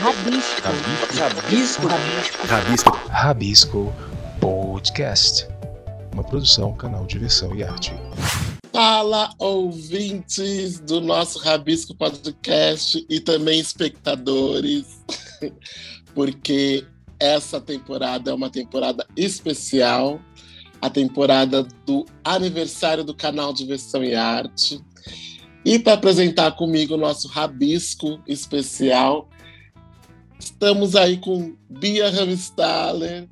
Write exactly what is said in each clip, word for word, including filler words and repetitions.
Rabisco. Rabisco. Rabisco. Rabisco. Rabisco Podcast. Uma produção, canal Diversão e Arte. Fala, ouvintes do nosso Rabisco Podcast e também espectadores, porque essa temporada é uma temporada especial, a temporada do aniversário do canal Diversão e Arte. E para apresentar comigo o nosso Rabisco especial, estamos aí com Bia Ramstaller.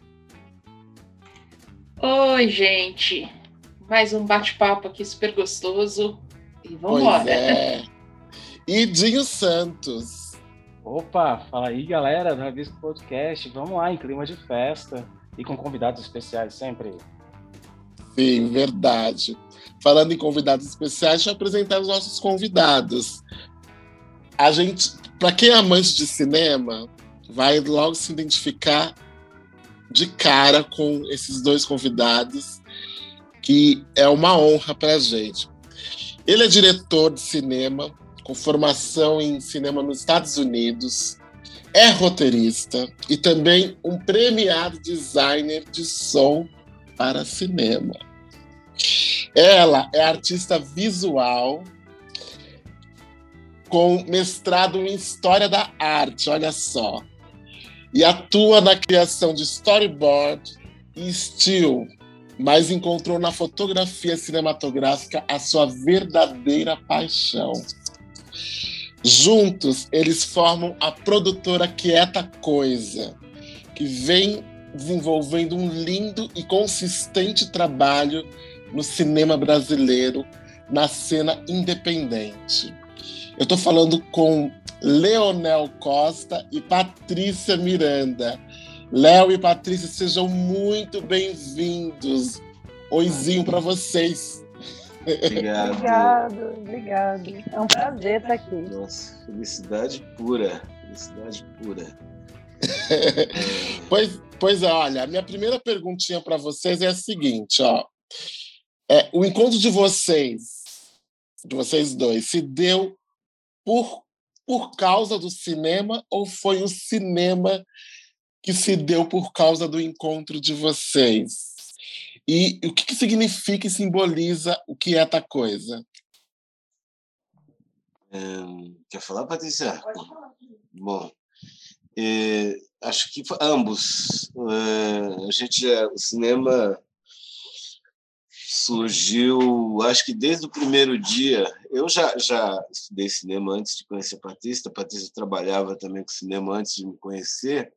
Oi, gente. Mais um bate-papo aqui super gostoso. E vamos Pois embora. é. E Dinho Santos. Opa, fala aí, galera do Rabisco Podcast. Vamos lá, em clima de festa e com convidados especiais sempre. Sim, verdade. Falando em convidados especiais, deixa eu apresentar os nossos convidados. A gente, para quem é amante de cinema, vai logo se identificar de cara com esses dois convidados, que é uma honra para a gente. Ele é diretor de cinema, com formação em cinema nos Estados Unidos, é roteirista e também um premiado designer de som para cinema. Ela é artista visual com mestrado em História da Arte, olha só, e atua na criação de storyboard e still, mas encontrou na fotografia cinematográfica a sua verdadeira paixão. Juntos, eles formam a produtora Quieta Coisa, que vem desenvolvendo um lindo e consistente trabalho no cinema brasileiro, na cena independente. Eu estou falando com Leonel Costa e Patrícia Miranda. Léo e Patrícia, sejam muito bem-vindos. Oizinho para vocês. Obrigado. Obrigado, obrigado. É um prazer estar aqui. Nossa, felicidade pura. Felicidade pura. pois, pois é, olha, a minha primeira perguntinha para vocês é a seguinte, ó. É, o encontro de vocês, de vocês dois, se deu por, por causa do cinema ou foi o cinema que se deu por causa do encontro de vocês? E o que, que significa e simboliza o Quieta Coisa? Hum, quer falar, Patrícia? Pode falar. Bom, é, acho que ambos. É, a gente já, o cinema surgiu, acho que desde o primeiro dia. Eu já, já estudei cinema antes de conhecer a Patrícia. A Patrícia trabalhava também com cinema antes de me conhecer.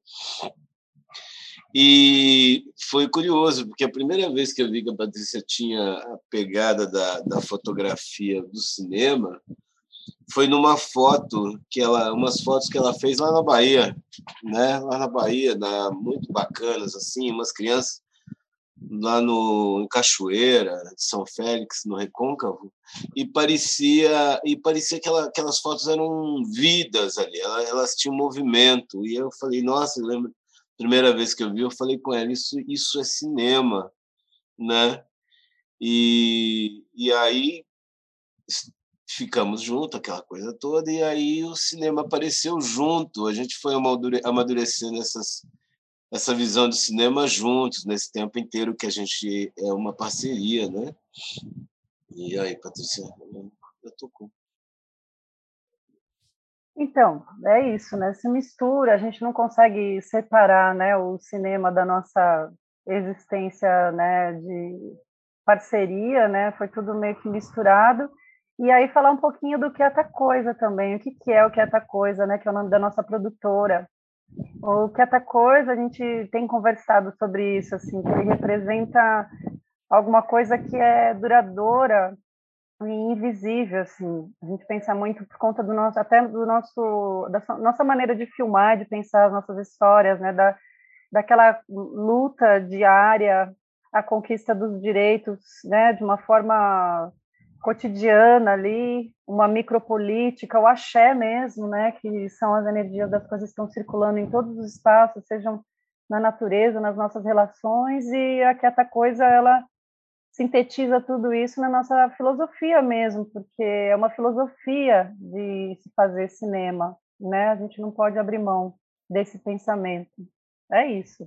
E foi curioso, porque a primeira vez que eu vi que a Patrícia tinha a pegada da, da fotografia do cinema foi numa foto, que ela, umas fotos que ela fez lá na Bahia, né? Lá na Bahia, na, muito bacanas, assim, umas crianças lá no, em Cachoeira, de São Félix, no Recôncavo, e parecia, e parecia que ela, aquelas fotos eram vidas ali, elas, elas tinham movimento, e eu falei, nossa, eu lembro, primeira vez que eu vi, eu falei com ela, isso, isso é cinema, né? E, e aí ficamos juntos, aquela coisa toda, e aí o cinema apareceu junto, a gente foi amadurecendo essas essa visão de cinema juntos, nesse tempo inteiro que a gente é uma parceria, né? E aí, Patrícia, eu tô com... Então, é isso, né? Se mistura, a gente não consegue separar, né, o cinema da nossa existência, né, de parceria, né? Foi tudo meio que misturado. E aí falar um pouquinho do Quieta Coisa também. O que, que é o Quieta Coisa, né? Que é o nome da nossa produtora. O Quieta Coisa, a gente tem conversado sobre isso, assim, que ele representa alguma coisa que é duradoura e invisível, assim. A gente pensa muito por conta do nosso, até do nosso, da nossa maneira de filmar, de pensar as nossas histórias, né, da, daquela luta diária, a conquista dos direitos, né, de uma forma cotidiana ali, uma micropolítica, o axé mesmo, né, que são as energias das coisas que estão circulando em todos os espaços, sejam na natureza, nas nossas relações, e a Quieta Coisa, ela sintetiza tudo isso na nossa filosofia mesmo, porque é uma filosofia de se fazer cinema, né? A gente não pode abrir mão desse pensamento. É isso.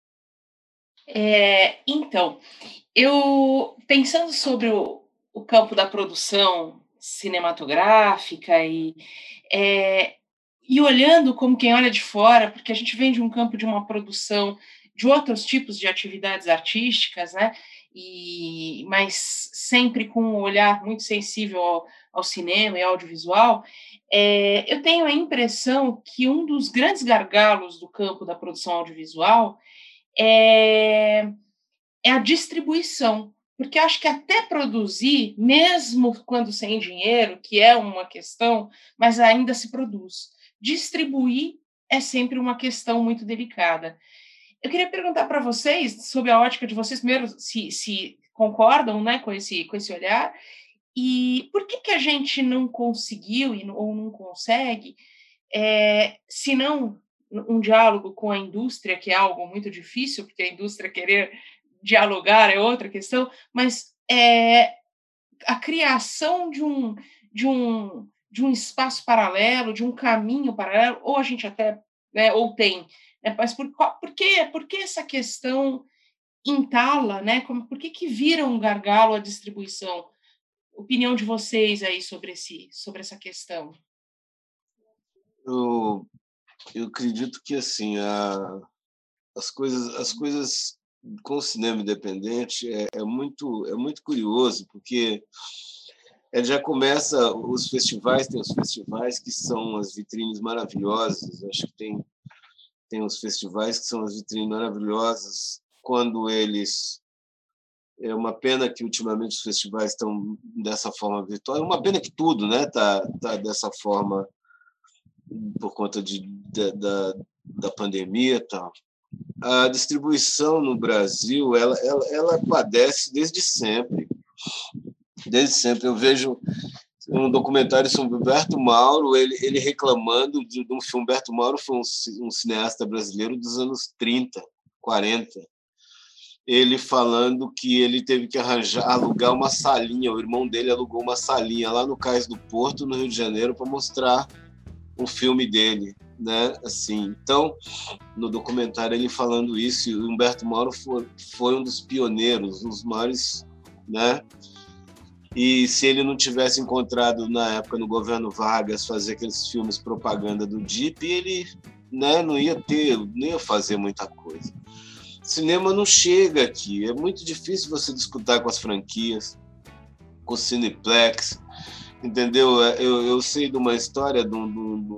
É, então, eu pensando sobre o, o campo da produção cinematográfica e, é, e olhando como quem olha de fora, porque a gente vem de um campo de uma produção de outros tipos de atividades artísticas, né? E, mas sempre com um olhar muito sensível ao, ao cinema e ao audiovisual, é, eu tenho a impressão que um dos grandes gargalos do campo da produção audiovisual é, é a distribuição, porque acho que até produzir, mesmo quando sem dinheiro, que é uma questão, mas ainda se produz. Distribuir é sempre uma questão muito delicada. Eu queria perguntar para vocês, sob a ótica de vocês, primeiro, se, se concordam, né, com esse, com esse olhar, e por que, que a gente não conseguiu ou não consegue, é, se não um diálogo com a indústria, que é algo muito difícil, porque a indústria querer dialogar é outra questão, mas é, a criação de um, de, um, de um espaço paralelo, de um caminho paralelo, ou a gente até, né, ou tem, né, mas por, por, que, por que essa questão entala, né, como, por que, que vira um gargalo a distribuição? Opinião de vocês aí sobre, esse, sobre essa questão. Eu, eu acredito que assim a, as coisas as coisas com o cinema independente é, é muito é muito curioso, porque ele já começa os festivais, tem os festivais que são as vitrines maravilhosas. Acho que tem tem os festivais que são as vitrines maravilhosas quando eles é uma pena que ultimamente os festivais estão dessa forma virtual. É uma pena que tudo, né, tá tá dessa forma por conta de, de da da pandemia e tal. A distribuição no Brasil, ela, ela, ela padece desde sempre. Desde sempre. Eu vejo um documentário sobre Humberto Mauro, ele, ele reclamando de, de um filme. Humberto Mauro foi um, um cineasta brasileiro dos anos trinta, quarenta. Ele falando que ele teve que arranjar, alugar uma salinha. O irmão dele alugou uma salinha lá no Cais do Porto, no Rio de Janeiro, para mostrar um filme dele, né? Assim, então, no documentário ele falando isso, e o Humberto Mauro foi, foi um dos pioneiros, um dos maiores, né? E se ele não tivesse encontrado na época no governo Vargas fazer aqueles filmes propaganda do D I P, ele, né, não ia ter, não ia fazer muita coisa. Cinema não chega aqui, é muito difícil você disputar com as franquias, com o Cineplex, entendeu? Eu, eu sei de uma história de um, de, um,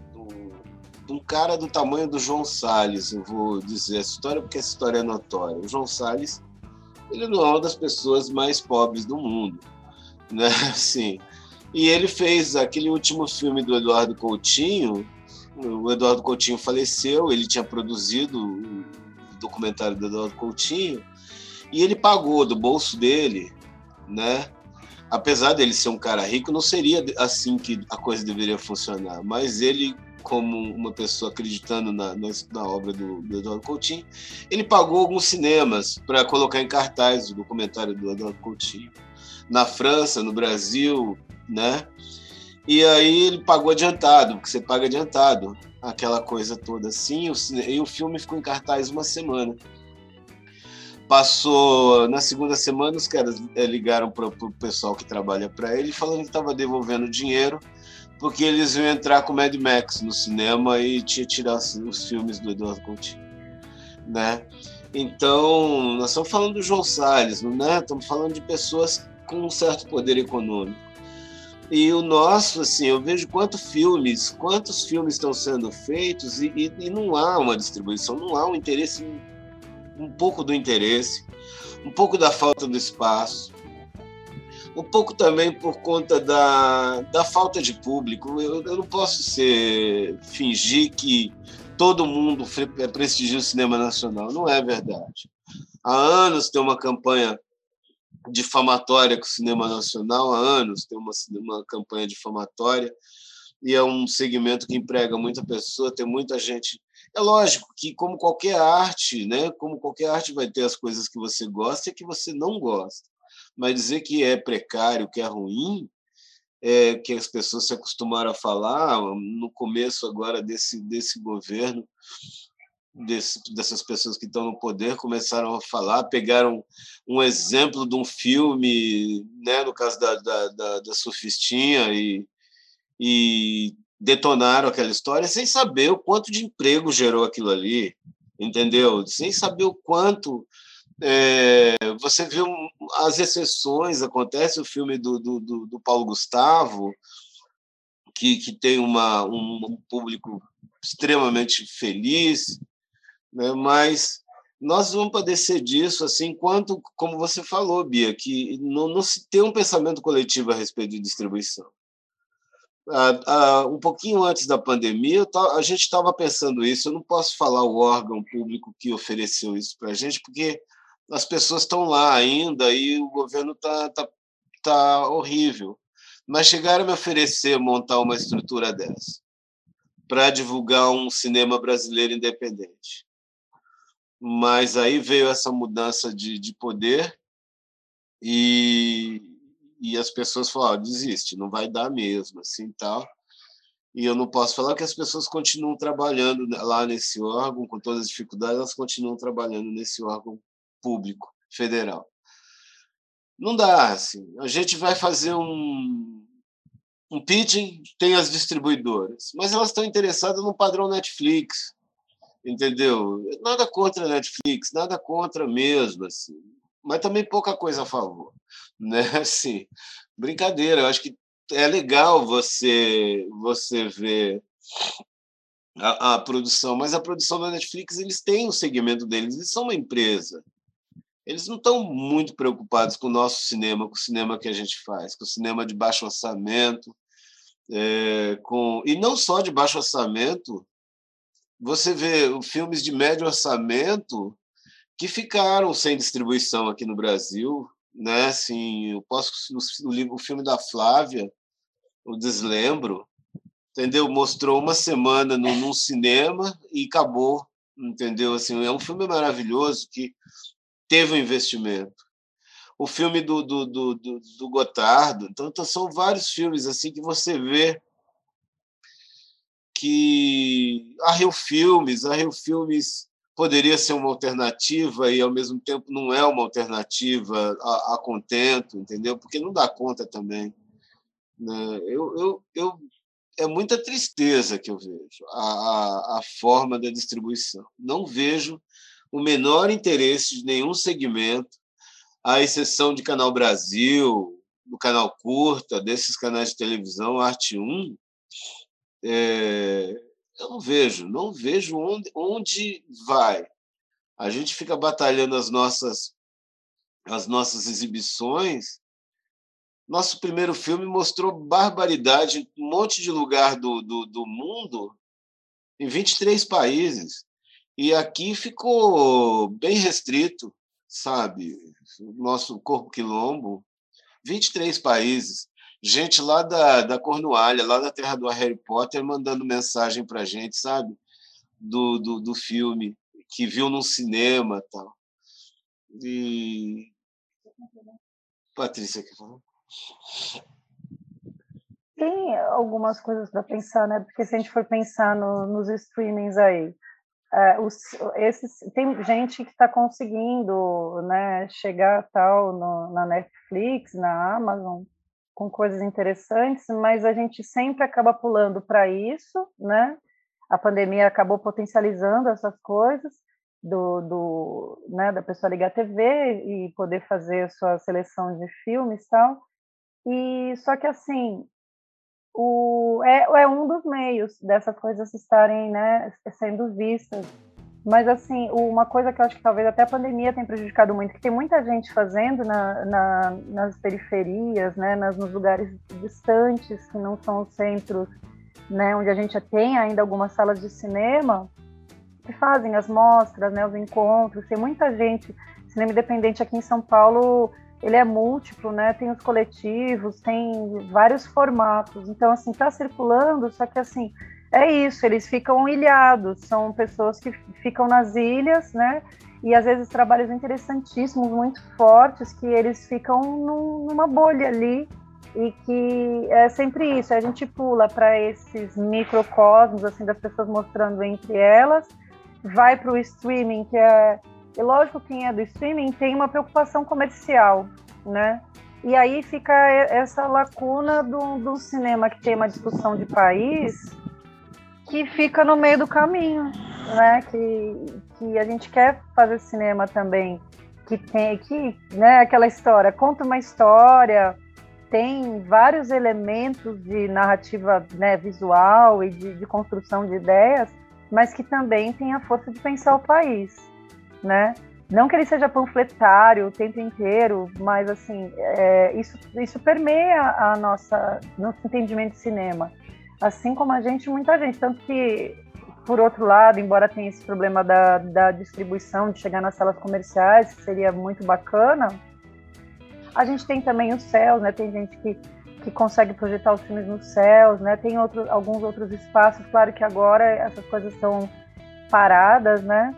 de um cara do tamanho do João Salles. Eu vou dizer essa história porque essa história é notória. O João Salles, ele não é uma das pessoas mais pobres do mundo, né? Assim, e ele fez aquele último filme do Eduardo Coutinho. O Eduardo Coutinho faleceu, ele tinha produzido o documentário do Eduardo Coutinho e ele pagou do bolso dele, né? Apesar dele ser um cara rico, não seria assim que a coisa deveria funcionar. Mas ele, como uma pessoa acreditando na, na, na obra do, do Eduardo Coutinho, ele pagou alguns cinemas para colocar em cartaz o documentário do Eduardo Coutinho. Na França, no Brasil, né? E aí ele pagou adiantado, porque você paga adiantado, aquela coisa toda assim. O cine... E o filme ficou em cartaz uma semana. Passou na segunda semana, os caras ligaram para o pessoal que trabalha para ele, falando que estava devolvendo dinheiro, porque eles iam entrar com Mad Max no cinema e tinha tirar os filmes do Eduardo Coutinho, né? Então, nós estamos falando do João Salles, né? Estamos falando de pessoas com um certo poder econômico. E o nosso, assim, eu vejo quantos filmes, quantos filmes estão sendo feitos e, e, e não há uma distribuição, não há um interesse, um pouco do interesse, um pouco da falta do espaço, um pouco também por conta da, da falta de público. Eu, eu não posso ser, fingir que todo mundo prestigia o cinema nacional, não é verdade. Há anos tem uma campanha difamatória com o cinema nacional, há anos tem uma, uma campanha difamatória, e é um segmento que emprega muita pessoa, tem muita gente. É lógico que, como qualquer arte, né, como qualquer arte vai ter as coisas que você gosta e que você não gosta, mas dizer que é precário, que é ruim, é, que as pessoas se acostumaram a falar no começo agora desse, desse governo, desse, dessas pessoas que estão no poder, começaram a falar, pegaram um exemplo de um filme, né, no caso da, da, da, da Surfistinha, e, e detonaram aquela história sem saber o quanto de emprego gerou aquilo ali, entendeu? Sem saber o quanto... É, você vê um, as exceções, acontece o filme do, do, do Paulo Gustavo, que, que tem uma, um público extremamente feliz, né? Mas nós vamos padecer disso, assim, enquanto, como você falou, Bia, que não, não se tem um pensamento coletivo a respeito de distribuição. Ah, ah, um pouquinho antes da pandemia, a gente estava pensando isso. Eu não posso falar o órgão público que ofereceu isso para a gente, porque as pessoas estão lá ainda e o governo está tá, tá horrível. Mas chegaram a me oferecer montar uma estrutura dessa para divulgar um cinema brasileiro independente. Mas aí veio essa mudança de, de poder e, e as pessoas falaram, desiste, não vai dar mesmo, assim, tal. E eu não posso falar que as pessoas continuam trabalhando lá nesse órgão, com todas as dificuldades, elas continuam trabalhando nesse órgão público, federal. Não dá, assim. A gente vai fazer um, um pitching, tem as distribuidoras, mas elas estão interessadas no padrão Netflix, entendeu? Nada contra a Netflix, nada contra mesmo, assim, mas também pouca coisa a favor, né? Assim, brincadeira, eu acho que é legal você, você ver a, a produção, mas a produção da Netflix, eles têm um segmento deles, eles são uma empresa. Eles não estão muito preocupados com o nosso cinema, com o cinema que a gente faz, com o cinema de baixo orçamento, é, com... e não só de baixo orçamento, você vê filmes de médio orçamento que ficaram sem distribuição aqui no Brasil, né? Assim, eu posso o, o filme da Flávia, O Deslembro, entendeu? Mostrou uma semana no, num cinema e acabou, entendeu? Assim, é um filme maravilhoso que teve um investimento. O filme do, do, do, do, do Gotardo. Então, são vários filmes assim que você vê que a Rio Filmes, a Rio Filmes poderia ser uma alternativa e, ao mesmo tempo, não é uma alternativa a, a contento, entendeu? Porque não dá conta também. Né? Eu, eu, eu, é muita tristeza que eu vejo a, a, a forma da distribuição. Não vejo o menor interesse de nenhum segmento, à exceção de Canal Brasil, do Canal Curta, desses canais de televisão, Arte um, é, eu não vejo, não vejo onde, onde vai. A gente fica batalhando as nossas, as nossas exibições. Nosso primeiro filme mostrou barbaridade em um monte de lugar do, do, do mundo, em vinte e três países. E aqui ficou bem restrito, sabe? O nosso corpo quilombo, vinte e três países. Gente lá da, da Cornualha, lá da terra do Harry Potter, mandando mensagem para a gente, sabe? Do, do, do filme, que viu no cinema e tal. E... Patrícia, quer falar? Tem algumas coisas para pensar, né? Porque se a gente for pensar no, nos streamings aí, é, os, esses, tem gente que está conseguindo, né, chegar tal no, na Netflix, na Amazon, com coisas interessantes, mas a gente sempre acaba pulando para isso, né? A pandemia acabou potencializando essas coisas do, do, né, da pessoa ligar a T V e poder fazer a sua seleção de filmes e tal. E só que assim, o, é, é um dos meios dessas coisas estarem, né, sendo vistas. Mas, assim, uma coisa que eu acho que talvez até a pandemia tenha prejudicado muito, que tem muita gente fazendo na, na, nas periferias, né, nas, nos lugares distantes, que não são os centros, né, onde a gente tem ainda algumas salas de cinema, que fazem as mostras, né, os encontros. Tem muita gente, cinema independente aqui em São Paulo, ele é múltiplo, né, tem os coletivos, tem vários formatos. Então, assim, está circulando, só que, assim, é isso, eles ficam ilhados, são pessoas que ficam nas ilhas, né? E às vezes trabalhos interessantíssimos, muito fortes, que eles ficam num, numa bolha ali, e que é sempre isso, a gente pula para esses microcosmos, assim, das pessoas mostrando entre elas, vai para o streaming, que é, e lógico, quem é do streaming tem uma preocupação comercial, né? E aí fica essa lacuna do, do cinema que tem uma discussão de país que fica no meio do caminho, né? Que, que a gente quer fazer cinema também, que tem, que, né, aquela história, conta uma história, tem vários elementos de narrativa, né, visual e de, de construção de ideias, mas que também tem a força de pensar o país, né? Não que ele seja panfletário o tempo inteiro, mas assim, é, isso, isso permeia a nossa, nosso entendimento de cinema. Assim como a gente, muita gente. Tanto que, por outro lado, embora tenha esse problema da, da distribuição, de chegar nas salas comerciais, que seria muito bacana, a gente tem também os céus, né? Tem gente que, que consegue projetar os filmes nos céus, né? Tem outros, alguns outros espaços. Claro que agora essas coisas estão paradas, né?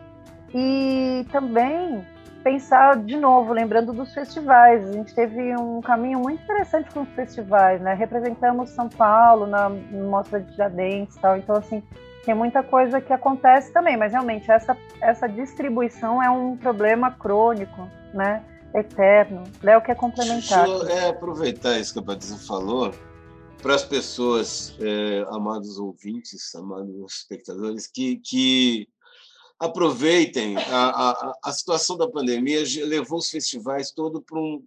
E também pensar de novo, lembrando dos festivais. A gente teve um caminho muito interessante com os festivais, né? Representamos São Paulo na Mostra de Tiradentes e tal. Então, assim, tem muita coisa que acontece também, mas realmente essa, essa distribuição é um problema crônico, né? Eterno. Léo quer complementar. Deixa eu é, aproveitar isso que a Patrícia falou para as pessoas, é, amados ouvintes, amados espectadores, que, que aproveitem a, a, a situação da pandemia, levou os festivais todo para um,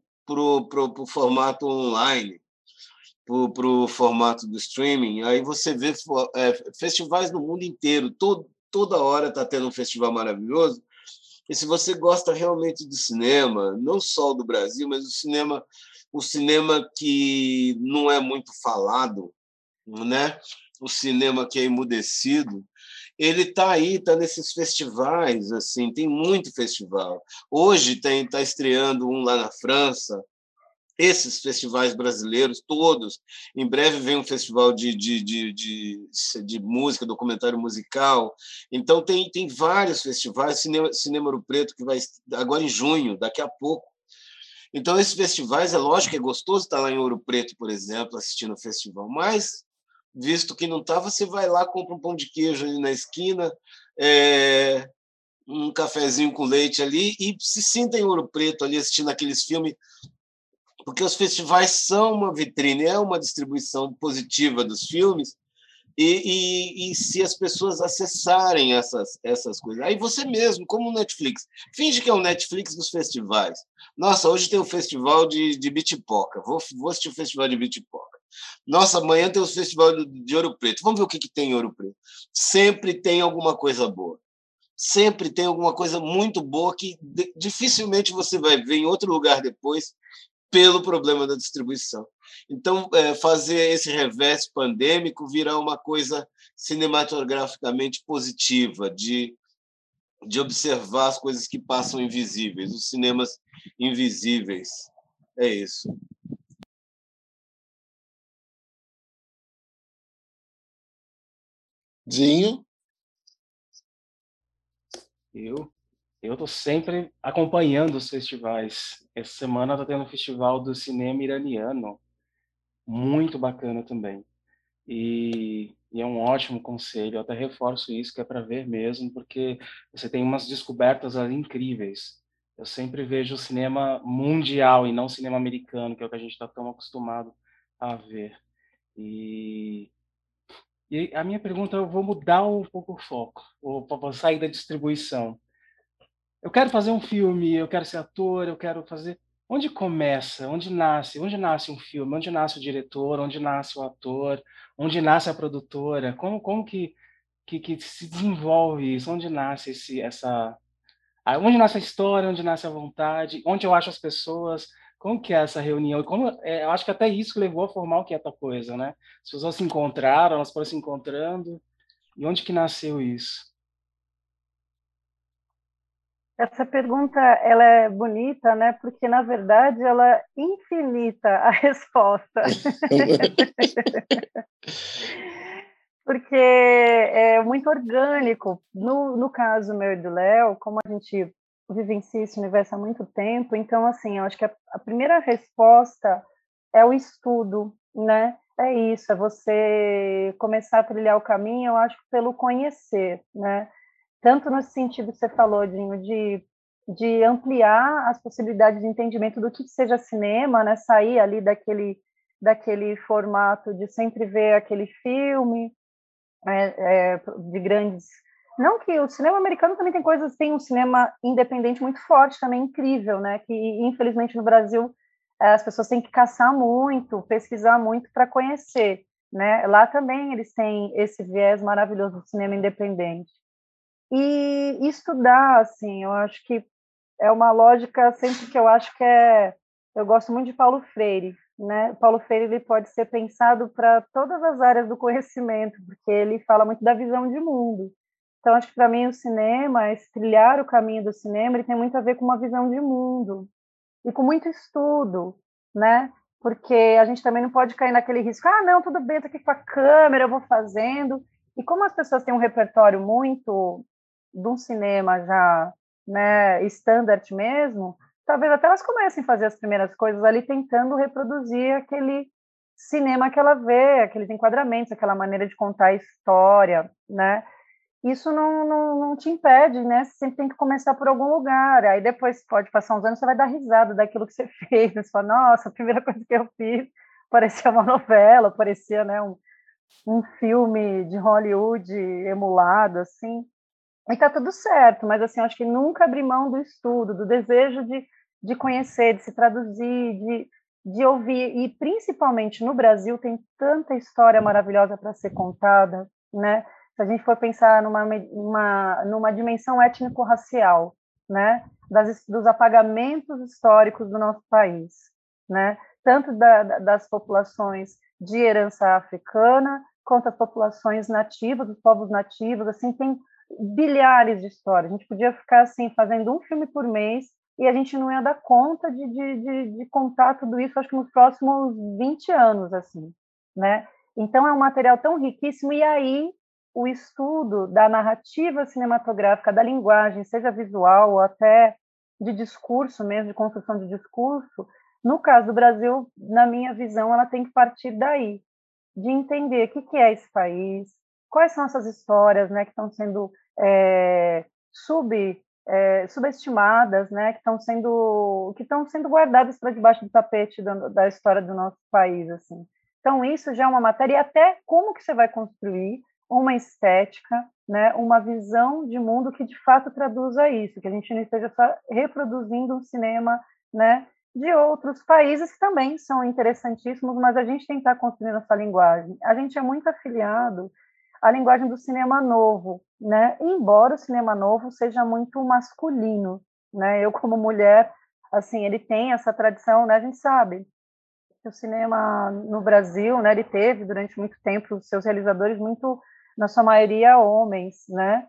o formato online, para o formato do streaming. Aí você vê é, festivais no mundo inteiro, todo, toda hora está tendo um festival maravilhoso. E se você gosta realmente de cinema, não só do Brasil, mas o cinema, o cinema que não é muito falado, né? O cinema que é emudecido, ele está aí, está nesses festivais, assim, tem muito festival. Hoje tem está estreando um lá na França, esses festivais brasileiros todos. Em breve vem um festival de, de, de, de, de música, documentário musical. Então tem, tem vários festivais, Cinema, Cinema Ouro Preto, que vai agora em junho, daqui a pouco. Então esses festivais, é lógico que é gostoso estar lá em Ouro Preto, por exemplo, assistindo o festival, mas visto que não está, você vai lá, compra um pão de queijo ali na esquina, é, um cafezinho com leite ali e se sinta em Ouro Preto ali assistindo aqueles filmes, porque os festivais são uma vitrine, é uma distribuição positiva dos filmes, e, e, e se as pessoas acessarem essas, essas coisas. Aí você mesmo, como o Netflix, finge que é o Netflix dos festivais. Nossa, hoje tem o um festival de, de Bitipoca, vou, vou assistir o festival de Bitipoca. Nossa, amanhã tem o festival de Ouro Preto. Vamos ver o que, que tem em Ouro Preto. Sempre tem alguma coisa boa. Sempre tem alguma coisa muito boa que dificilmente você vai ver em outro lugar depois pelo problema da distribuição. Então, é, fazer esse revés pandêmico virar uma coisa cinematograficamente positiva, de, de observar as coisas que passam invisíveis, os cinemas invisíveis. É isso. Dinho? Eu eu estou sempre acompanhando os festivais. Essa semana está tendo um festival do cinema iraniano, muito bacana também. E, e é um ótimo conselho, eu até reforço isso, que é para ver mesmo, porque você tem umas descobertas ali incríveis. Eu sempre vejo o cinema mundial e não o cinema americano, que é o que a gente está tão acostumado a ver. E E a minha pergunta, eu vou mudar um pouco o foco, vou sair da distribuição. Eu quero fazer um filme, eu quero ser ator, eu quero fazer... Onde começa? Onde nasce? Onde nasce um filme? Onde nasce o diretor? Onde nasce o ator? Onde nasce a produtora? Como, como que, que, que se desenvolve isso? Onde nasce esse, essa... Onde nasce a história? Onde nasce a vontade? Onde eu acho as pessoas? Como que é essa reunião? E como, é, eu acho que até isso levou a formar o que é essa coisa, né? As pessoas se encontraram, elas foram se encontrando. E onde que nasceu isso? Essa pergunta, ela é bonita, né? Porque, na verdade, ela é infinita, a resposta. Porque é muito orgânico. No, no caso meu e do Léo, como a gente vivencia esse universo há muito tempo, então, assim, eu acho que a, a primeira resposta é o estudo, né? É isso, é você começar a trilhar o caminho, eu acho, pelo conhecer, né? Tanto no sentido que você falou, Dinho, de, de ampliar as possibilidades de entendimento do que seja cinema, né? Sair ali daquele, daquele formato de sempre ver aquele filme, é, é, de grandes... Não que o cinema americano também tem coisas, tem um cinema independente muito forte, também incrível, né? Que infelizmente no Brasil as pessoas têm que caçar muito, pesquisar muito para conhecer, né? Lá também eles têm esse viés maravilhoso do cinema independente. E estudar, assim, eu acho que é uma lógica sempre que eu acho que é... Eu gosto muito de Paulo Freire, né? Paulo Freire ele pode ser pensado para todas as áreas do conhecimento, porque ele fala muito da visão de mundo. Então, acho que para mim o cinema, esse trilhar o caminho do cinema, ele tem muito a ver com uma visão de mundo e com muito estudo, né? Porque a gente também não pode cair naquele risco, ah, não, tudo bem, tô aqui com a câmera, eu vou fazendo. E como as pessoas têm um repertório muito de um cinema já, né, standard mesmo, talvez até elas comecem a fazer as primeiras coisas ali tentando reproduzir aquele cinema que ela vê, aqueles enquadramentos, aquela maneira de contar a história, né? Isso não, não, não te impede, né? Você sempre tem que começar por algum lugar. Aí depois pode passar uns anos, você vai dar risada daquilo que você fez. Você fala, nossa, a primeira coisa que eu fiz parecia uma novela, parecia, né, um, um filme de Hollywood emulado, assim. E tá tudo certo, mas assim, eu acho que nunca abrir mão do estudo, do desejo de, de conhecer, de se traduzir, de, de ouvir. E principalmente no Brasil tem tanta história maravilhosa para ser contada, né? Se a gente for pensar numa, uma, numa dimensão étnico-racial, né? Das, dos apagamentos históricos do nosso país, né? Tanto da, das populações de herança africana, quanto as populações nativas, os povos nativos, assim, tem bilhares de histórias. A gente podia ficar assim fazendo um filme por mês e a gente não ia dar conta de, de, de, de contar tudo isso, acho que nos próximos vinte anos, assim, né? Então é um material tão riquíssimo, e aí o estudo da narrativa cinematográfica, da linguagem, seja visual ou até de discurso mesmo, de construção de discurso, no caso do Brasil, na minha visão, ela tem que partir daí, de entender o que, que é esse país, quais são essas histórias, né, que estão sendo é, sub, é, subestimadas, né, que estão sendo que estão sendo guardadas para debaixo do tapete da, da história do nosso país, assim. Então isso já é uma matéria, e até como que você vai construir uma estética, né, uma visão de mundo que de fato traduza isso, que a gente não esteja só reproduzindo um cinema, né, de outros países que também são interessantíssimos, mas a gente tem que estar construindo essa linguagem. A gente é muito afiliado à linguagem do cinema novo, né? Embora o cinema novo seja muito masculino, né? Eu como mulher, assim, ele tem essa tradição, né? A gente sabe que o cinema no Brasil, né? Ele teve durante muito tempo os seus realizadores muito, na sua maioria, homens, né?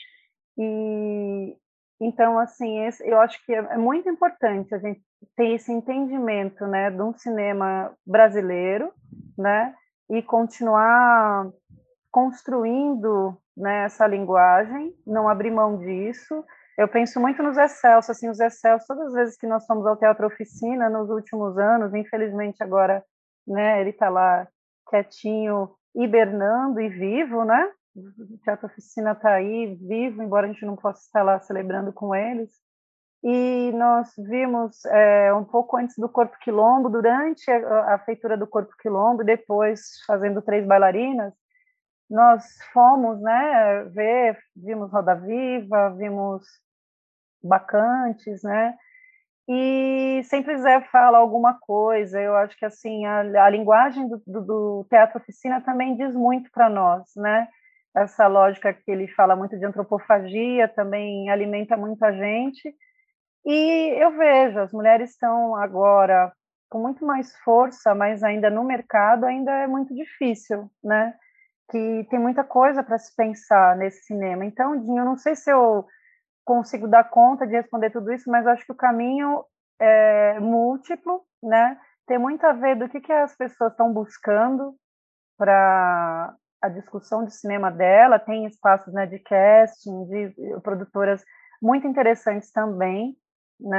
E então, assim, esse, eu acho que é, é muito importante a gente ter esse entendimento, né, de um cinema brasileiro, né, e continuar construindo, né, essa linguagem, não abrir mão disso. Eu penso muito no Zé Celso, assim, o Zé Celso, todas as vezes que nós fomos ao Teatro Oficina nos últimos anos, infelizmente agora, né, ele está lá quietinho, hibernando e vivo, né? O Teatro Oficina está aí, vivo, embora a gente não possa estar lá celebrando com eles. E nós vimos é, um pouco antes do Corpo Quilombo, durante a, a feitura do Corpo Quilombo, e depois fazendo Três Bailarinas, nós fomos, né, ver, vimos Roda Viva, vimos Bacantes, né, e sempre Zé fala alguma coisa. Eu acho que assim a, a linguagem do, do, do Teatro Oficina também diz muito para nós, né, essa lógica que ele fala muito de antropofagia também alimenta muita gente. E eu vejo, as mulheres estão agora com muito mais força, mas ainda no mercado ainda é muito difícil, né? Que tem muita coisa para se pensar nesse cinema. Então, Dinho, eu não sei se eu consigo dar conta de responder tudo isso, mas acho que o caminho é múltiplo, né? Tem muito a ver do que, que as pessoas estão buscando para a discussão de cinema dela. Tem espaços, né, de casting, de produtoras muito interessantes também, né?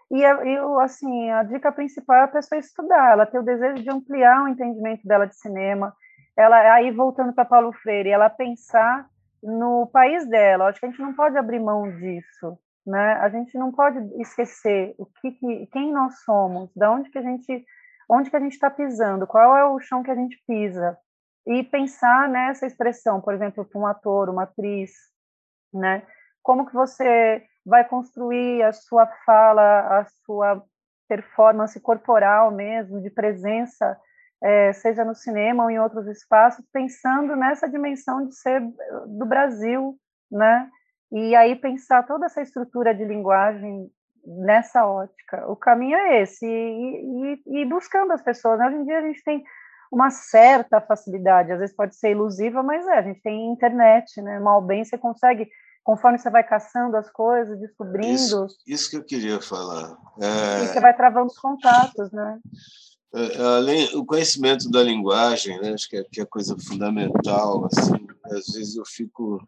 E, eu, assim, a dica principal é a pessoa estudar, ela ter o desejo de ampliar o entendimento dela de cinema, ela, aí voltando para Paulo Freire, ela pensar no país dela. Acho que a gente não pode abrir mão disso, né? A gente não pode esquecer o que, que quem nós somos, da onde que a gente, onde que a gente está pisando, qual é o chão que a gente pisa, e pensar nessa expressão, por exemplo, para um ator, uma atriz, né? Como que você vai construir a sua fala, a sua performance corporal mesmo, de presença, é, seja no cinema ou em outros espaços, pensando nessa dimensão de ser do Brasil, né? E aí pensar toda essa estrutura de linguagem nessa ótica. O caminho é esse, e, e, e buscando as pessoas, né? Hoje em dia a gente tem uma certa facilidade, às vezes pode ser ilusiva, mas é, a gente tem internet, né? Mal bem você consegue, conforme você vai caçando as coisas, descobrindo. Isso, isso que eu queria falar. É... E você vai travando os contatos, né? Além o conhecimento da linguagem, né? Acho que é, que é coisa fundamental. Assim, às vezes eu fico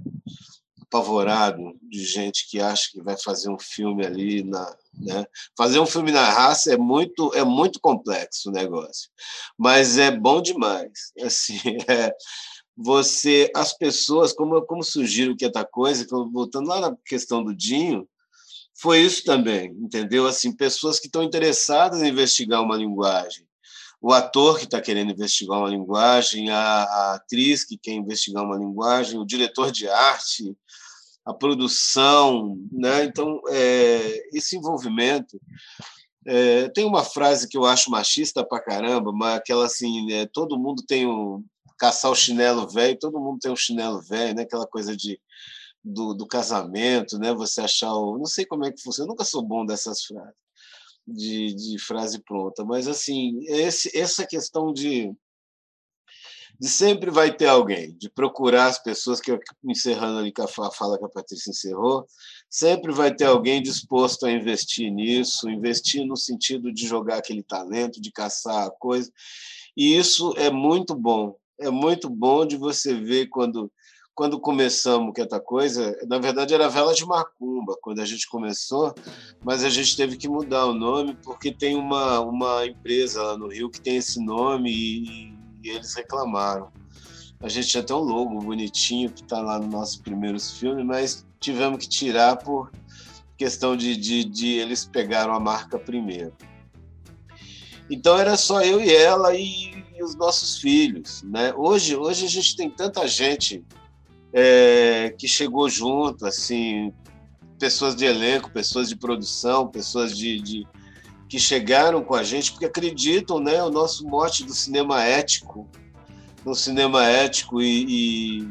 apavorado de gente que acha que vai fazer um filme ali na, né? Fazer um filme na raça é muito é muito complexo o negócio, mas é bom demais. Assim, é, você, as pessoas, como como sugiro que esta coisa, voltando lá na questão do Dinho, foi isso também, entendeu? Assim, pessoas que estão interessadas em investigar uma linguagem, o ator que está querendo investigar uma linguagem, a, a atriz que quer investigar uma linguagem, o diretor de arte, a produção, né? Então, é, esse envolvimento. É, tem uma frase que eu acho machista pra caramba, mas aquela assim, é, todo mundo tem um caçar o chinelo velho, todo mundo tem um chinelo velho, né? Aquela coisa de do, do casamento, né? Você achar o, não sei como é que funciona, eu nunca sou bom dessas frases de, de frase pronta, mas assim, esse, essa questão de de sempre vai ter alguém, de procurar as pessoas, que eu encerrando ali com a fala que a Patrícia encerrou, sempre vai ter alguém disposto a investir nisso, investir no sentido de jogar aquele talento, de caçar a coisa, e isso é muito bom, é muito bom de você ver quando, quando começamos com essa coisa, na verdade era Vela de Macumba, quando a gente começou, mas a gente teve que mudar o nome, porque tem uma, uma empresa lá no Rio que tem esse nome e e eles reclamaram. A gente tinha até um logo bonitinho que está lá nos nossos primeiros filmes, mas tivemos que tirar por questão de, de, de eles pegaram a marca primeiro. Então era só eu e ela e, e os nossos filhos, né? Hoje, hoje a gente tem tanta gente é, que chegou junto, assim, pessoas de elenco, pessoas de produção, pessoas de, de que chegaram com a gente porque acreditam, né, o nosso mote do cinema ético, no cinema ético e,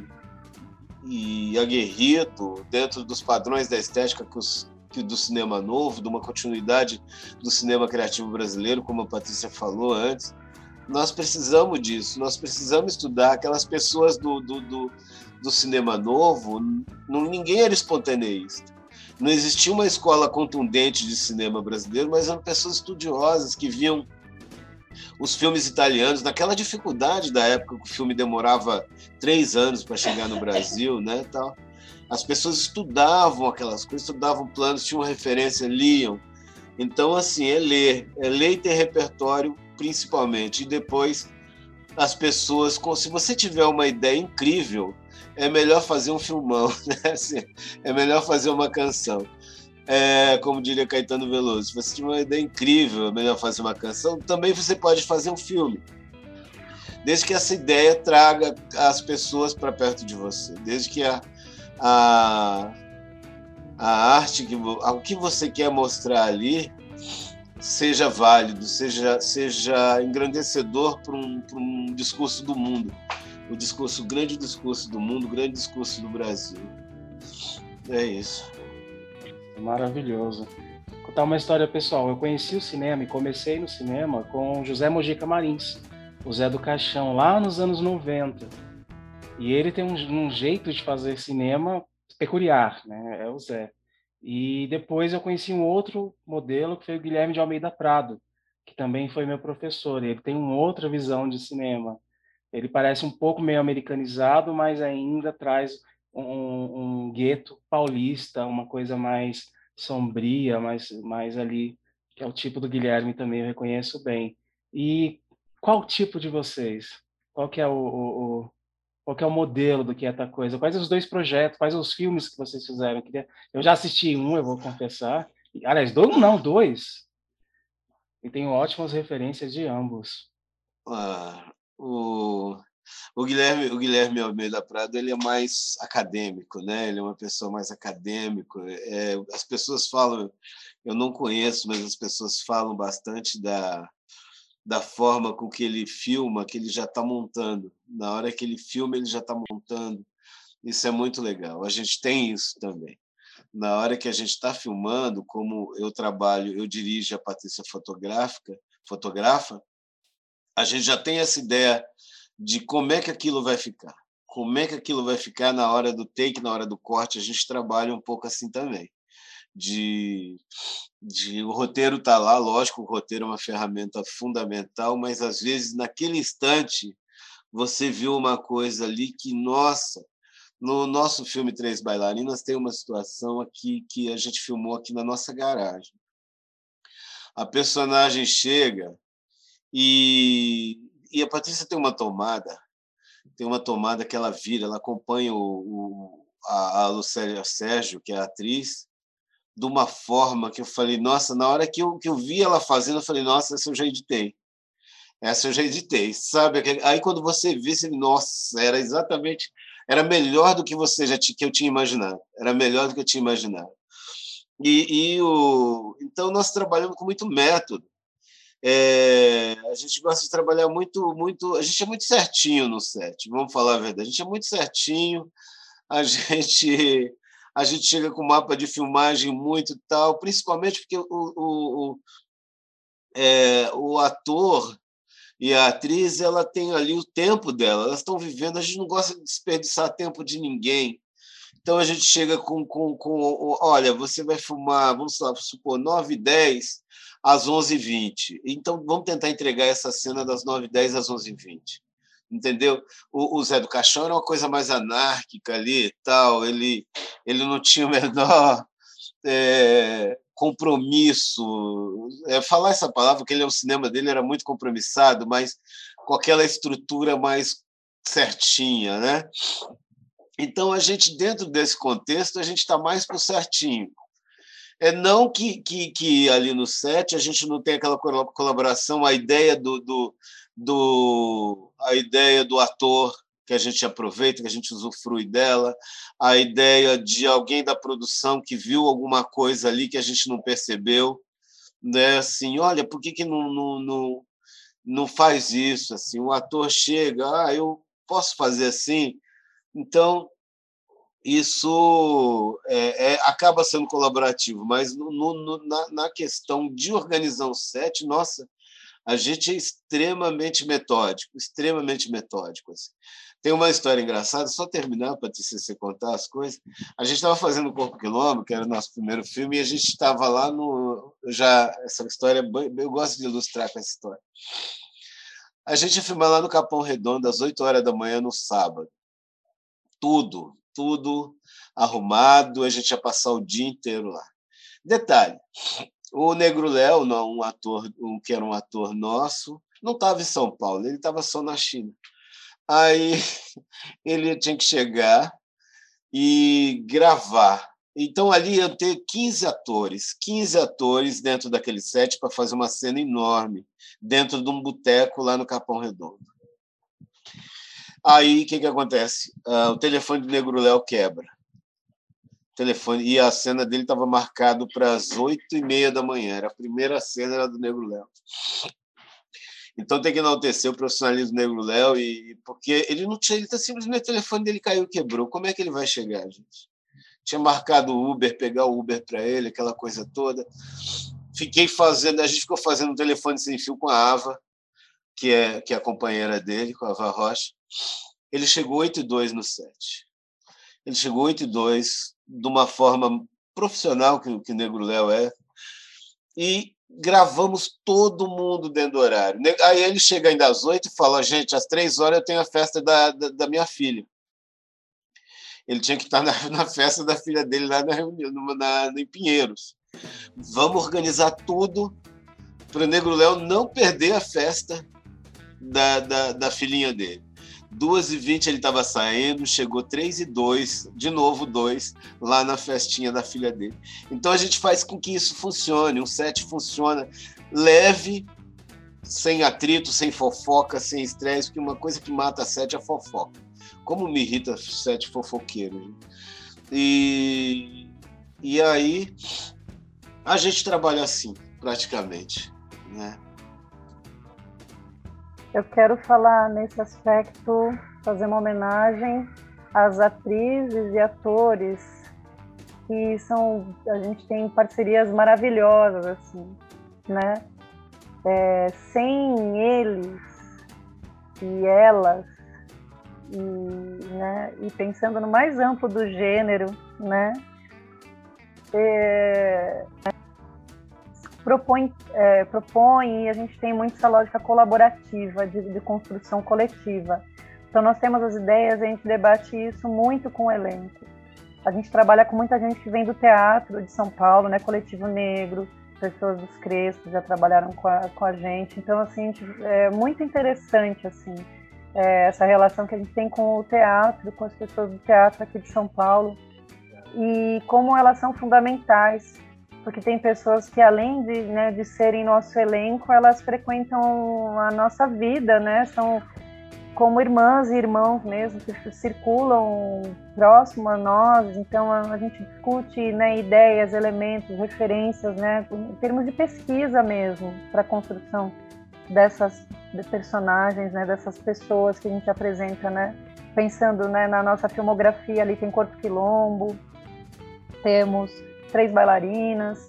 e, e aguerrido dentro dos padrões da estética que, os, que do cinema novo, de uma continuidade do cinema criativo brasileiro, como a Patrícia falou antes. Nós precisamos disso, nós precisamos estudar aquelas pessoas do, do, do, do cinema novo. Não, ninguém era espontaneísta. Não existia uma escola contundente de cinema brasileiro, mas eram pessoas estudiosas que viam os filmes italianos, naquela dificuldade da época que o filme demorava três anos para chegar no Brasil, né, tal. As pessoas estudavam aquelas coisas, estudavam planos, tinham referência, liam. Então, assim, é ler, é ler e ter repertório, principalmente. E depois, as pessoas, se você tiver uma ideia incrível, é melhor fazer um filmão, né? Assim, é melhor fazer uma canção. É, como diria Caetano Veloso, se você tiver uma ideia incrível, é melhor fazer uma canção, também você pode fazer um filme. Desde que essa ideia traga as pessoas para perto de você, desde que a, a, a arte, que, o que você quer mostrar ali, seja válido, seja, seja engrandecedor para um, para um discurso do mundo. O discurso, o grande discurso do mundo, o grande discurso do Brasil. É isso. Maravilhoso. Vou contar uma história pessoal. Eu conheci o cinema e comecei no cinema com José Mojica Marins, o Zé do Caixão, lá nos anos noventa. E ele tem um, um jeito de fazer cinema peculiar, né? É o Zé. E depois eu conheci um outro modelo, que foi o Guilherme de Almeida Prado, que também foi meu professor. Ele tem uma outra visão de cinema. Ele parece um pouco meio americanizado, mas ainda traz um, um gueto paulista, uma coisa mais sombria, mais, mais ali que é o tipo do Guilherme também, eu reconheço bem. E qual tipo de vocês? Qual que é o, o, o qual que é o modelo do Quieta Coisa? Quais os dois projetos, quais os filmes que vocês fizeram? Eu já assisti um, eu vou confessar. Aliás, dois, um não, dois. E tenho ótimas referências de ambos. Ah, o, o Guilherme, o Guilherme Almeida Prado, ele é mais acadêmico, né? Ele é uma pessoa mais acadêmico. É, as pessoas falam, eu não conheço, mas as pessoas falam bastante da, da forma com que ele filma, que ele já está montando. Na hora que ele filma, ele já está montando. Isso é muito legal. A gente tem isso também. Na hora que a gente está filmando, como eu trabalho, eu dirijo a Patrícia Fotográfica, fotografa, a gente já tem essa ideia de como é que aquilo vai ficar. Como é que aquilo vai ficar na hora do take, na hora do corte, a gente trabalha um pouco assim também. De, de, o roteiro está lá, lógico, o roteiro é uma ferramenta fundamental, mas, às vezes, naquele instante, você viu uma coisa ali que, nossa, no nosso filme Três Bailarinas tem uma situação aqui que a gente filmou aqui na nossa garagem. A personagem chega e, e a Patrícia tem uma tomada, tem uma tomada que ela vira, ela acompanha o, o, a, a Lucélia Sérgio, que é a atriz, de uma forma que eu falei, nossa, na hora que eu, que eu vi ela fazendo, eu falei, nossa, essa eu já editei. Essa eu já editei, sabe? Aí, quando você vê, você, nossa, era exatamente... Era melhor do que você já que eu tinha imaginado. Era melhor do que eu tinha imaginado. E, e o... Então, nós trabalhamos com muito método. É... A gente gosta de trabalhar muito, muito... A gente é muito certinho no set, vamos falar a verdade. A gente é muito certinho, a gente... A gente chega com mapa de filmagem muito tal, principalmente porque o, o, o, é, o ator e a atriz, ela tem ali o tempo dela, elas estão vivendo, a gente não gosta de desperdiçar tempo de ninguém. Então, a gente chega com, com, com olha, você vai filmar, vamos lá, supor, nove e dez às onze e vinte. Então, vamos tentar entregar essa cena das nove e dez às onze e vinte. Entendeu? O, o Zé do Caixão era uma coisa mais anárquica ali e tal, ele, ele não tinha o menor é, compromisso. É, falar essa palavra, porque ele, o cinema dele era muito compromissado, mas com aquela estrutura mais certinha, né? Então, a gente, dentro desse contexto, a gente está mais para o certinho. É não que, que, que ali no set a gente não tem aquela colaboração, a ideia do, do, do, a ideia do ator, que a gente aproveita, que a gente usufrui dela, a ideia de alguém da produção que viu alguma coisa ali que a gente não percebeu, né? Assim, olha, por que, que não, não, não, não faz isso? Assim, o ator chega, ah, eu posso fazer assim? Então, isso é, é, acaba sendo colaborativo, mas no, no, na, na questão de organizar o set, nossa, a gente é extremamente metódico, extremamente metódico. Assim. Tem uma história engraçada, só terminar, Patrícia, você contar as coisas. A gente estava fazendo o Corpo Quilômetro, que era o nosso primeiro filme, e a gente estava lá no... já Essa história, eu gosto de ilustrar com essa história. A gente ia filmar lá no Capão Redondo, às oito horas da manhã, no sábado. Tudo, tudo arrumado, a gente ia passar o dia inteiro lá. Detalhe, o Negro Léo, um ator, um, que era um ator nosso, não estava em São Paulo, ele estava só na China. Aí ele tinha que chegar e gravar. Então, ali iam ter quinze atores, quinze atores dentro daquele set para fazer uma cena enorme, dentro de um boteco lá no Capão Redondo. Aí, o que, que acontece? Uh, o telefone do Negro Léo quebra. O telefone, e a cena dele estava marcada para as oito e meia da manhã. Era a primeira cena era do Negro Léo. Então, tem que enaltecer o profissionalismo do Negro Léo, e, porque ele não tinha... Ele tá, simplesmente o telefone dele caiu e quebrou. Como é que ele vai chegar, gente? Tinha marcado o Uber, pegar o Uber para ele, aquela coisa toda. Fiquei fazendo... A gente ficou fazendo um telefone sem fio com a Ava, que é, que é a companheira dele, com a Ava Rocha. Ele chegou oito e dois no set. Ele chegou oito e dois, de uma forma profissional que, que o Negro Léo é, e gravamos todo mundo dentro do horário. Aí ele chega ainda às oito e fala, gente, às três horas eu tenho a festa da, da, da minha filha. Ele tinha que estar na, na festa da filha dele lá na reunião, na, em Pinheiros. Vamos organizar tudo para o Negro Léo não perder a festa da, da, da filhinha dele. duas e vinte ele estava saindo, chegou três e dois, de novo dois, lá na festinha da filha dele. Então a gente faz com que isso funcione, um set funciona leve, sem atrito, sem fofoca, sem estresse, porque uma coisa que mata set é a fofoca. Como me irrita set fofoqueiro. E, e aí a gente trabalha assim, praticamente, né? Eu quero falar nesse aspecto, fazer uma homenagem às atrizes e atores que são, a gente tem parcerias maravilhosas, assim, né? É, sem eles e elas, e, né, e pensando no mais amplo do gênero, né? É, propõe, é, propõe e a gente tem muito essa lógica colaborativa, de, de construção coletiva. Então nós temos as ideias, a gente debate isso muito com o elenco. A gente trabalha com muita gente que vem do teatro de São Paulo, né? Coletivo Negro, pessoas dos Crespos já trabalharam com a, com a gente. Então, assim, é muito interessante, assim, é, essa relação que a gente tem com o teatro, com as pessoas do teatro aqui de São Paulo, e como elas são fundamentais, porque tem pessoas que, além de, né, de serem nosso elenco, elas frequentam a nossa vida, né? São como irmãs e irmãos mesmo, que circulam próximo a nós. Então a, a gente discute, né, ideias, elementos, referências, né, em termos de pesquisa mesmo, para a construção dessas de personagens, né, dessas pessoas que a gente apresenta, né, pensando, né, na nossa filmografia. Ali tem Corpo Quilombo, temos Três Bailarinas,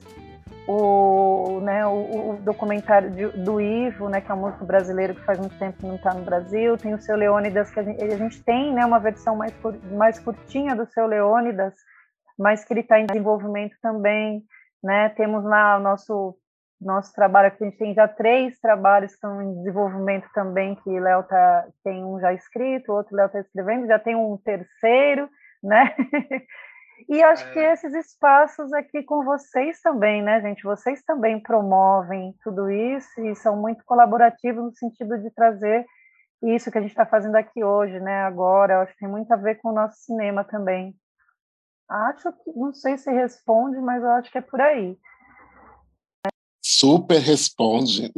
o, né, o, o documentário de, do Ivo, né, que é um músico brasileiro que faz muito tempo que não está no Brasil. Tem o Seu Leônidas, que a gente, a gente tem, né, uma versão mais, mais curtinha do Seu Leônidas, mas que ele está em desenvolvimento também, né? Temos lá o nosso, nosso trabalho aqui, a gente tem já três trabalhos que estão em desenvolvimento também, que o Léo tá, tem um já escrito, o outro Léo está escrevendo, já tem um terceiro, né? E acho é. que esses espaços aqui com vocês também, né, gente? Vocês também promovem tudo isso e são muito colaborativos no sentido de trazer isso que a gente está fazendo aqui hoje, né? Agora, eu acho que tem muito a ver com o nosso cinema também. Acho que, não sei se responde, mas eu acho que é por aí. Super responde.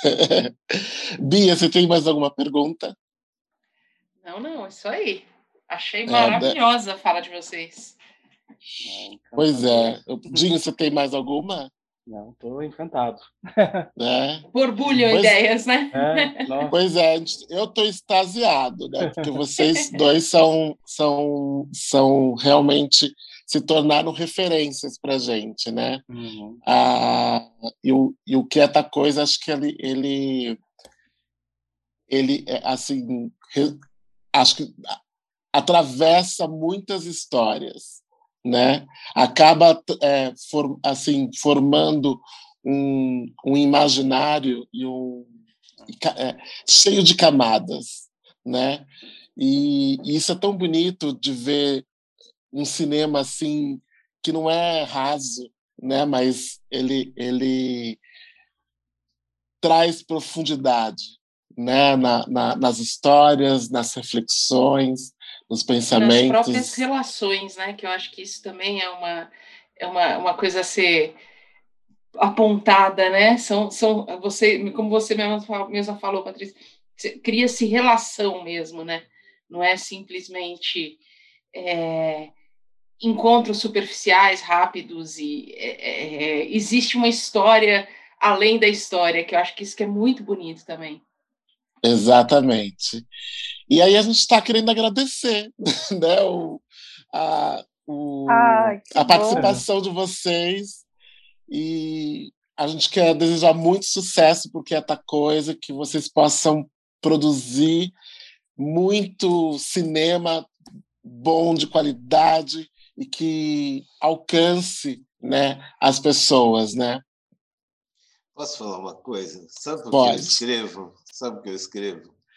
Bia, você tem mais alguma pergunta? Não, não, é isso aí. Achei maravilhosa é, a fala de vocês. Pois é. Dinho, você tem mais alguma? Não, estou encantado. É. Borbulham pois, ideias, né? É, pois é, eu estou extasiado, né? Porque vocês dois são, são, são realmente se tornaram referências para a gente, né? Uhum. Ah, e, o, e o Quieta Coisa, acho que ele, ele, ele assim, acho que atravessa muitas histórias, né? Acaba é, for, assim, formando um, um imaginário e um, é, cheio de camadas, né? E, e isso é tão bonito de ver um cinema assim que não é raso, né? Mas ele ele traz profundidade, né? Na, na, nas histórias, nas reflexões, nos pensamentos, nas próprias relações, né? Que eu acho que isso também é uma é uma, uma coisa a ser apontada, né? São são você, como você mesma, mesma falou, Patrícia, cria-se relação mesmo, né? Não é simplesmente é, encontros superficiais, rápidos, e é, é, existe uma história além da história, que eu acho que isso que é muito bonito também. Exatamente. E aí a gente está querendo agradecer, né, o, a, o, Ai, a participação de vocês, e a gente quer desejar muito sucesso porque é essa coisa, que vocês possam produzir muito cinema bom, de qualidade, e que alcance, né, as pessoas, né? Posso falar uma coisa? Sabe por Pode. que eu escrevo? Sabe por que eu escrevo?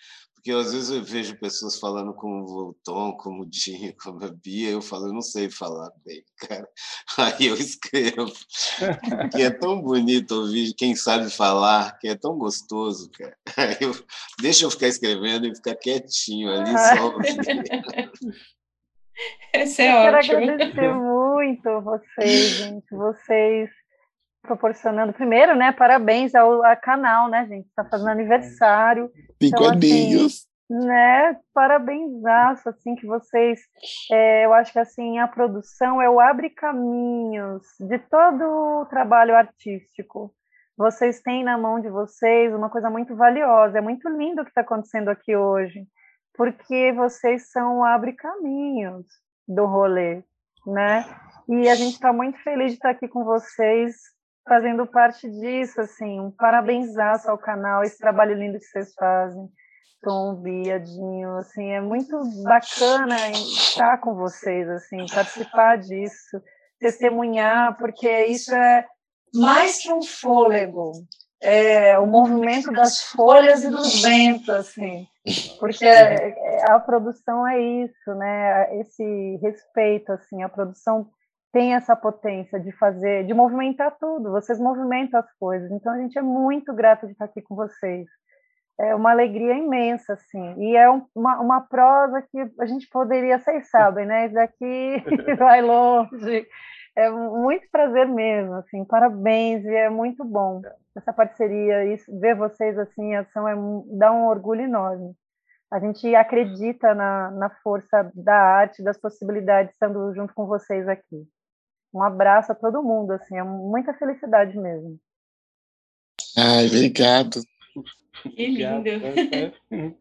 Porque às vezes eu vejo pessoas falando como o Tom, como o Dinho, como a Bia, eu falo, eu não sei falar bem, cara. Aí eu escrevo. Que é tão bonito ouvir quem sabe falar, que é tão gostoso, cara. Aí eu, deixa eu ficar escrevendo e ficar quietinho ali, só ouvindo. Esse é eu quero ótimo. agradecer muito vocês, gente. Vocês proporcionando. Primeiro, né? Parabéns ao, ao canal, né, gente? Está fazendo aniversário. Cinco então, aninhos. Assim, né? Parabenzaço, assim, que vocês. É, eu acho que assim a produção é o abre caminhos de todo o trabalho artístico. Vocês têm na mão de vocês uma coisa muito valiosa. É muito lindo o que está acontecendo aqui hoje, porque vocês são o abre caminhos do rolê, né? E a gente está muito feliz de estar aqui com vocês, fazendo parte disso, assim, um parabenzaço ao canal, esse trabalho lindo que vocês fazem, Tom, Bia, Dinho, assim, é muito bacana estar com vocês, assim, participar disso, testemunhar, porque isso é mais que um fôlego, é o movimento das folhas e dos ventos, assim, porque a produção é isso, né, esse respeito, assim, a produção tem essa potência de fazer, de movimentar tudo, vocês movimentam as coisas, então a gente é muito grato de estar aqui com vocês, é uma alegria imensa, assim, e é um, uma, uma prosa que a gente poderia, vocês sabem, né, isso daqui vai longe, é muito prazer mesmo, assim, parabéns, e é muito bom essa parceria, isso, ver vocês assim em ação é, dá um orgulho enorme. A gente acredita na, na força da arte, das possibilidades, estando junto com vocês aqui. Um abraço a todo mundo, assim, é muita felicidade mesmo. Ai, obrigado. Que lindo.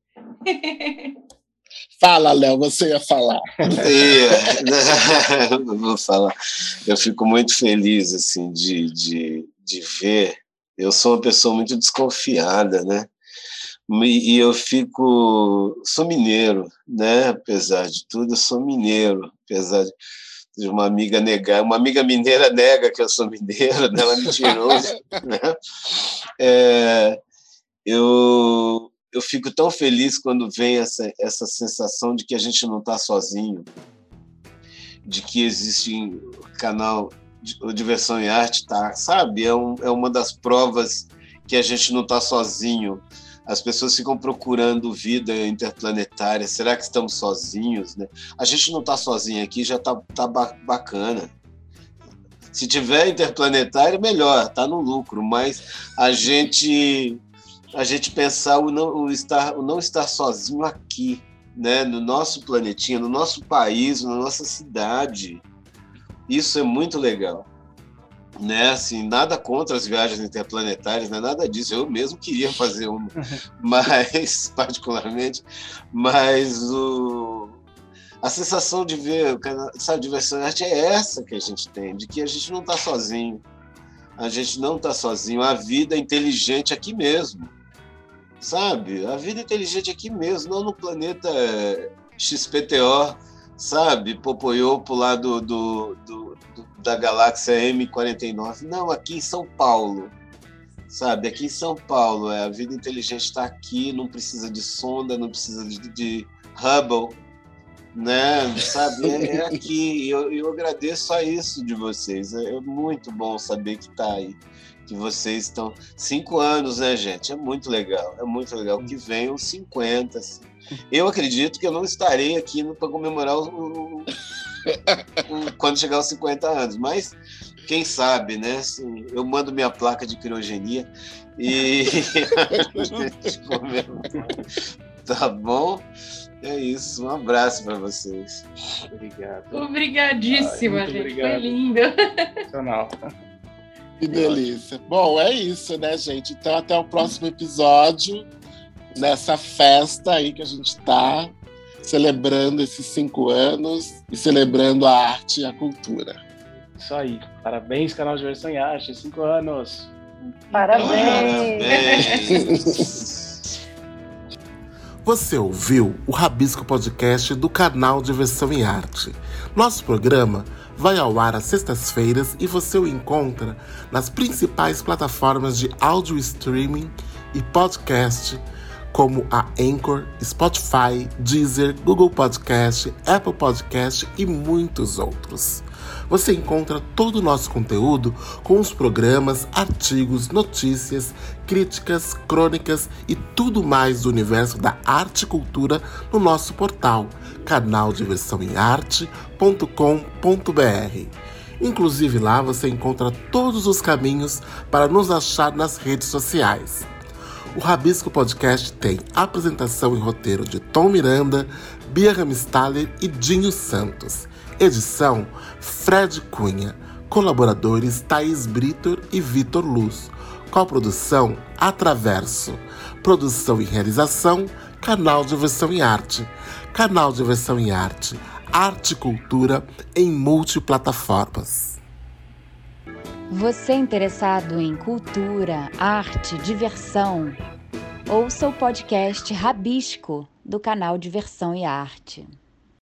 Fala, Léo, você ia falar. É, não vou falar. Eu fico muito feliz assim, de, de, de ver. Eu sou uma pessoa muito desconfiada, né? E eu fico... Sou mineiro, né? Apesar de tudo, eu sou mineiro. Apesar de... de uma amiga negar, uma amiga mineira nega que eu sou mineiro, né? Ela me tirou, né? É, eu, eu fico tão feliz quando vem essa, essa sensação de que a gente não está sozinho, de que existe um canal de Diversão e Arte, tá? Sabe? É, um, é uma das provas que a gente não está sozinho. As pessoas ficam procurando vida interplanetária. Será que estamos sozinhos, né? A gente não está sozinho aqui, já está tá bacana. Se tiver interplanetário, melhor, está no lucro. Mas a gente, a gente pensar o não, o estar, o não estar sozinho aqui, né? No nosso planetinha, no nosso país, na nossa cidade. Isso é muito legal. Né, assim, nada contra as viagens interplanetárias, não é nada disso, eu mesmo queria fazer uma, mas, particularmente, mas o, a sensação de ver, sabe, Diversão e Arte é essa que a gente tem, de que a gente não está sozinho, a gente não está sozinho, a vida é inteligente aqui mesmo, sabe, a vida é inteligente aqui mesmo, não no planeta X P T O, sabe, Popoyopo lá do, do, do, do, da galáxia M quarenta e nove. Não, aqui em São Paulo, sabe, aqui em São Paulo, é, a vida inteligente está aqui, não precisa de sonda, não precisa de, de Hubble, né, sabe, é, é aqui, eu, eu agradeço a isso de vocês, é, é muito bom saber que está aí, que vocês estão, cinco anos, né, gente, é muito legal, é muito legal, que venham cinquenta, assim. Eu acredito que eu não estarei aqui para comemorar o, o, o, quando chegar aos cinquenta anos, mas quem sabe, né? Assim, eu mando minha placa de criogenia e a gente comemora. Tá bom? É isso, um abraço para vocês. Obrigado. Obrigadíssima, Ai, gente. Obrigado. Foi lindo. Sensacional. Que delícia. Bom, é isso, né, gente? Então, até o próximo episódio. Nessa festa aí que a gente está celebrando esses cinco anos e celebrando a arte e a cultura. Isso aí. Parabéns, canal Diversão e Arte, cinco anos. Parabéns. Parabéns. Você ouviu o Rabisco Podcast do canal Diversão e Arte. Nosso programa vai ao ar às sextas-feiras e você o encontra nas principais plataformas de áudio streaming e podcast, como a Anchor, Spotify, Deezer, Google Podcast, Apple Podcast e muitos outros. Você encontra todo o nosso conteúdo com os programas, artigos, notícias, críticas, crônicas e tudo mais do universo da arte e cultura no nosso portal canal diversão em arte ponto com ponto b r. Inclusive lá você encontra todos os caminhos para nos achar nas redes sociais. O Rabisco Podcast tem apresentação e roteiro de Tom Miranda, Bia Ramstaller e Dinho Santos. Edição Fred Cunha. Colaboradores Thaís Britor e Vitor Luz. Coprodução Atraverso. Produção e realização Canal Diversão em Arte. Canal Diversão em Arte. Arte e cultura em multiplataformas. Você interessado em cultura, arte, diversão? Ouça o podcast Rabisco, do canal Diversão e Arte.